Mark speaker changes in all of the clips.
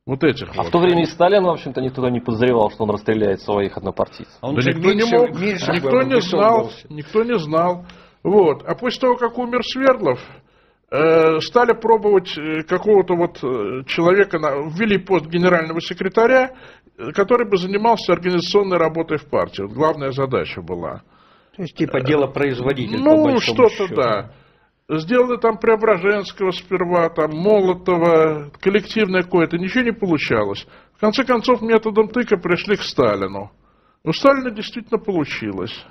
Speaker 1: Вот этих
Speaker 2: А
Speaker 1: вот.
Speaker 2: в то время и Сталин, в общем-то, никто не подозревал, что он расстреляет своих однопартийцев.
Speaker 1: Да никто не мог, никто не знал. Вот. А после того, как умер Свердлов, стали пробовать какого-то вот человека, ввели пост генерального секретаря, который бы занимался организационной работой в партии. Вот главная задача была.
Speaker 3: То есть типа дело производитель,
Speaker 1: ну, что-то да. Сделали там Преображенского сперва, там Молотова, коллективное какое-то, ничего не получалось. В конце концов, методом тыка пришли к Сталину. У Сталина действительно получилось.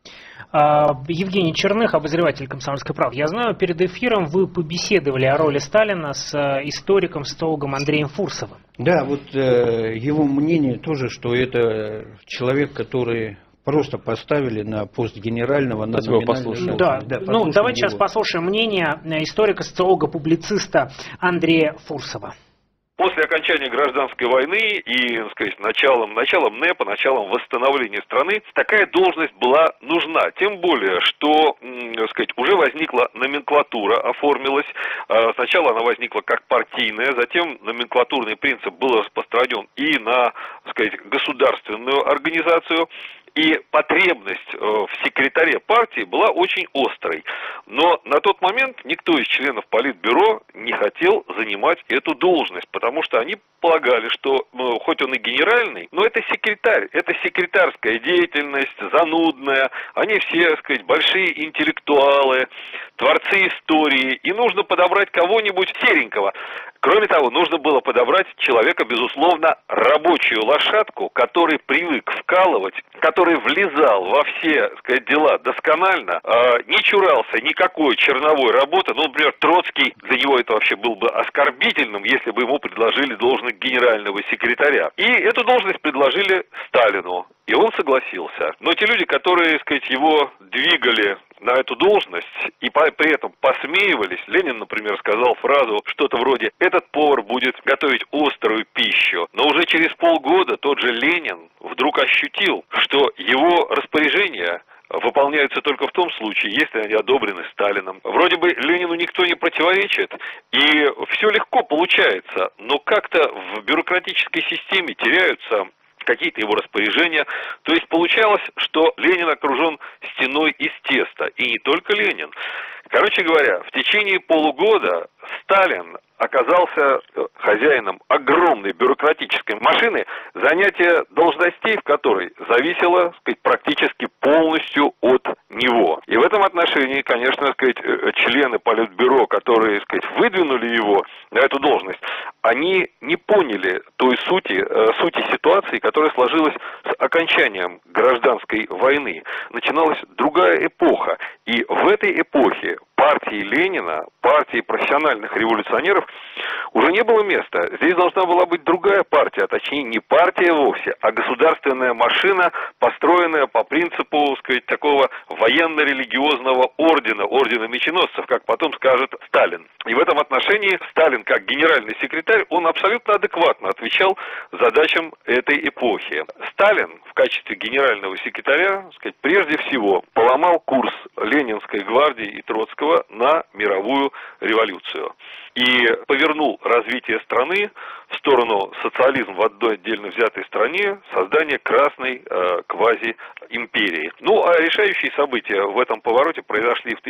Speaker 4: Евгений Черных, обозреватель «Комсомольской правды». Я знаю, перед эфиром вы побеседовали о роли Сталина с историком, социологом Андреем Фурсовым.
Speaker 3: Да, вот его мнение тоже, что это человек, который просто поставили на пост генерального, на
Speaker 2: послушаем.
Speaker 4: Да, ну, давайте сейчас послушаем мнение историка, социолога, публициста Андрея Фурсова.
Speaker 5: После окончания гражданской войны и, так сказать, началом НЭПа, началом восстановления страны, такая должность была нужна. Тем более, что, так сказать, уже возникла номенклатура, оформилась. Сначала она возникла как партийная, затем номенклатурный принцип был распространен и на, так сказать, государственную организацию. И потребность в секретаре партии была очень острой. Но на тот момент никто из членов Политбюро не хотел занимать эту должность, потому что они полагали, что хоть он и генеральный, но это секретарь, это секретарская деятельность, занудная, они все, так сказать, большие интеллектуалы, творцы истории, и нужно подобрать кого-нибудь серенького. Кроме того, нужно было подобрать человека, безусловно, рабочую лошадку, который привык вкалывать, который влезал во все, так сказать, дела досконально, не чурался никакой черновой работы. Ну, например, Троцкий, для него это вообще был бы оскорбительным, если бы ему предложили должность генерального секретаря. И эту должность предложили Сталину. И он согласился. Но те люди, которые, так сказать, его двигали на эту должность и при этом посмеивались, Ленин, например, сказал фразу что-то вроде «этот повар будет готовить острую пищу». Но уже через полгода тот же Ленин вдруг ощутил, что его распоряжения выполняются только в том случае, если они одобрены Сталином. Вроде бы Ленину никто не противоречит, и все легко получается, но как-то в бюрократической системе теряются какие-то его распоряжения. То есть получалось, что Ленин окружен стеной из теста. И не только Ленин. Короче говоря, в течение полугода Сталин оказался хозяином огромной бюрократической машины, занятие должностей в которой зависело, так сказать, практически полностью от него. И в этом отношении, конечно, так сказать, члены Политбюро, которые, так сказать, выдвинули его на эту должность, они не поняли той сути ситуации, которая сложилась с окончанием гражданской войны. Начиналась другая эпоха. И в этой эпохе партии Ленина, партии профессиональных революционеров уже не было места. Здесь должна была быть другая партия, а точнее не партия вовсе, а государственная машина, построенная по принципу, так сказать, такого военно-религиозного ордена меченосцев, как потом скажет Сталин. И в этом отношении Сталин, как генеральный секретарь, он абсолютно адекватно отвечал задачам этой эпохи. Сталин в качестве генерального секретаря, так сказать, прежде всего поломал курс Ленинской гвардии и Троцкого на мировую революцию и повернул развитие страны в сторону социализма в одной отдельно взятой стране, создания красной квази-империи. Ну, а решающие события в этом повороте произошли в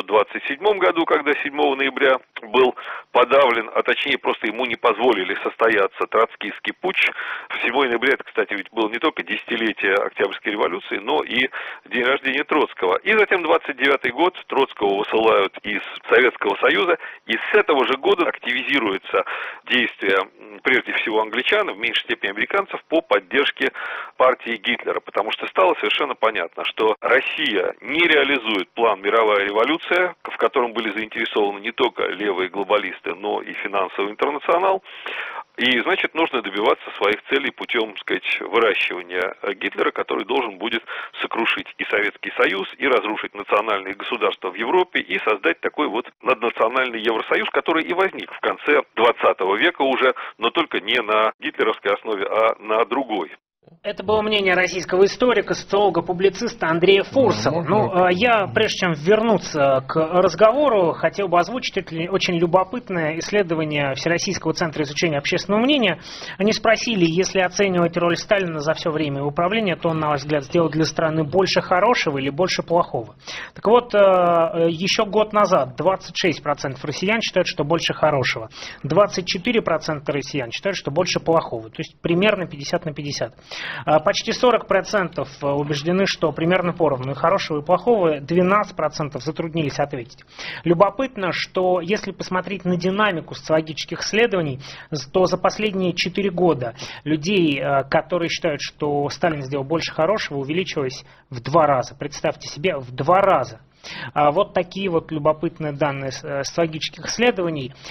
Speaker 5: 1927 году, когда 7 ноября был подавлен, а точнее просто ему не позволили состояться троцкийский путч. 7 ноября, это, кстати, ведь было не только десятилетие Октябрьской революции, но и день рождения Троцкого. И затем 29-й год Троцкого высылают из Советского Союза, и с этого же года активизируется действие прежде всего англичан, в меньшей степени американцев, по поддержке партии Гитлера, потому что стало совершенно понятно, что Россия не реализует план «Мировая революция», в котором были заинтересованы не только левые глобалисты, но и финансовый интернационал. И, значит, нужно добиваться своих целей путем, так сказать, выращивания Гитлера, который должен будет сокрушить и Советский Союз, и разрушить национальные государства в Европе, и создать такой вот наднациональный Евросоюз, который и возник в конце 20 века уже, но только не на гитлеровской основе, а на другой.
Speaker 4: Это было мнение российского историка, социолога, публициста Андрея Фурсова. Я, прежде чем вернуться к разговору, хотел бы озвучить очень любопытное исследование Всероссийского центра изучения общественного мнения. Они спросили, если оценивать роль Сталина за все время его правления, то он, на ваш взгляд, сделал для страны больше хорошего или больше плохого. Так вот, еще год назад 26% россиян считают, что больше хорошего. 24% россиян считают, что больше плохого. То есть примерно 50 на 50. Почти 40% убеждены, что примерно поровну и хорошего, и плохого, 12% затруднились ответить. Любопытно, что если посмотреть на динамику социологических исследований, то за последние 4 года людей, которые считают, что Сталин сделал больше хорошего, увеличилось в 2 раза. Представьте себе, в 2 раза. Вот такие вот любопытные данные социологических исследований.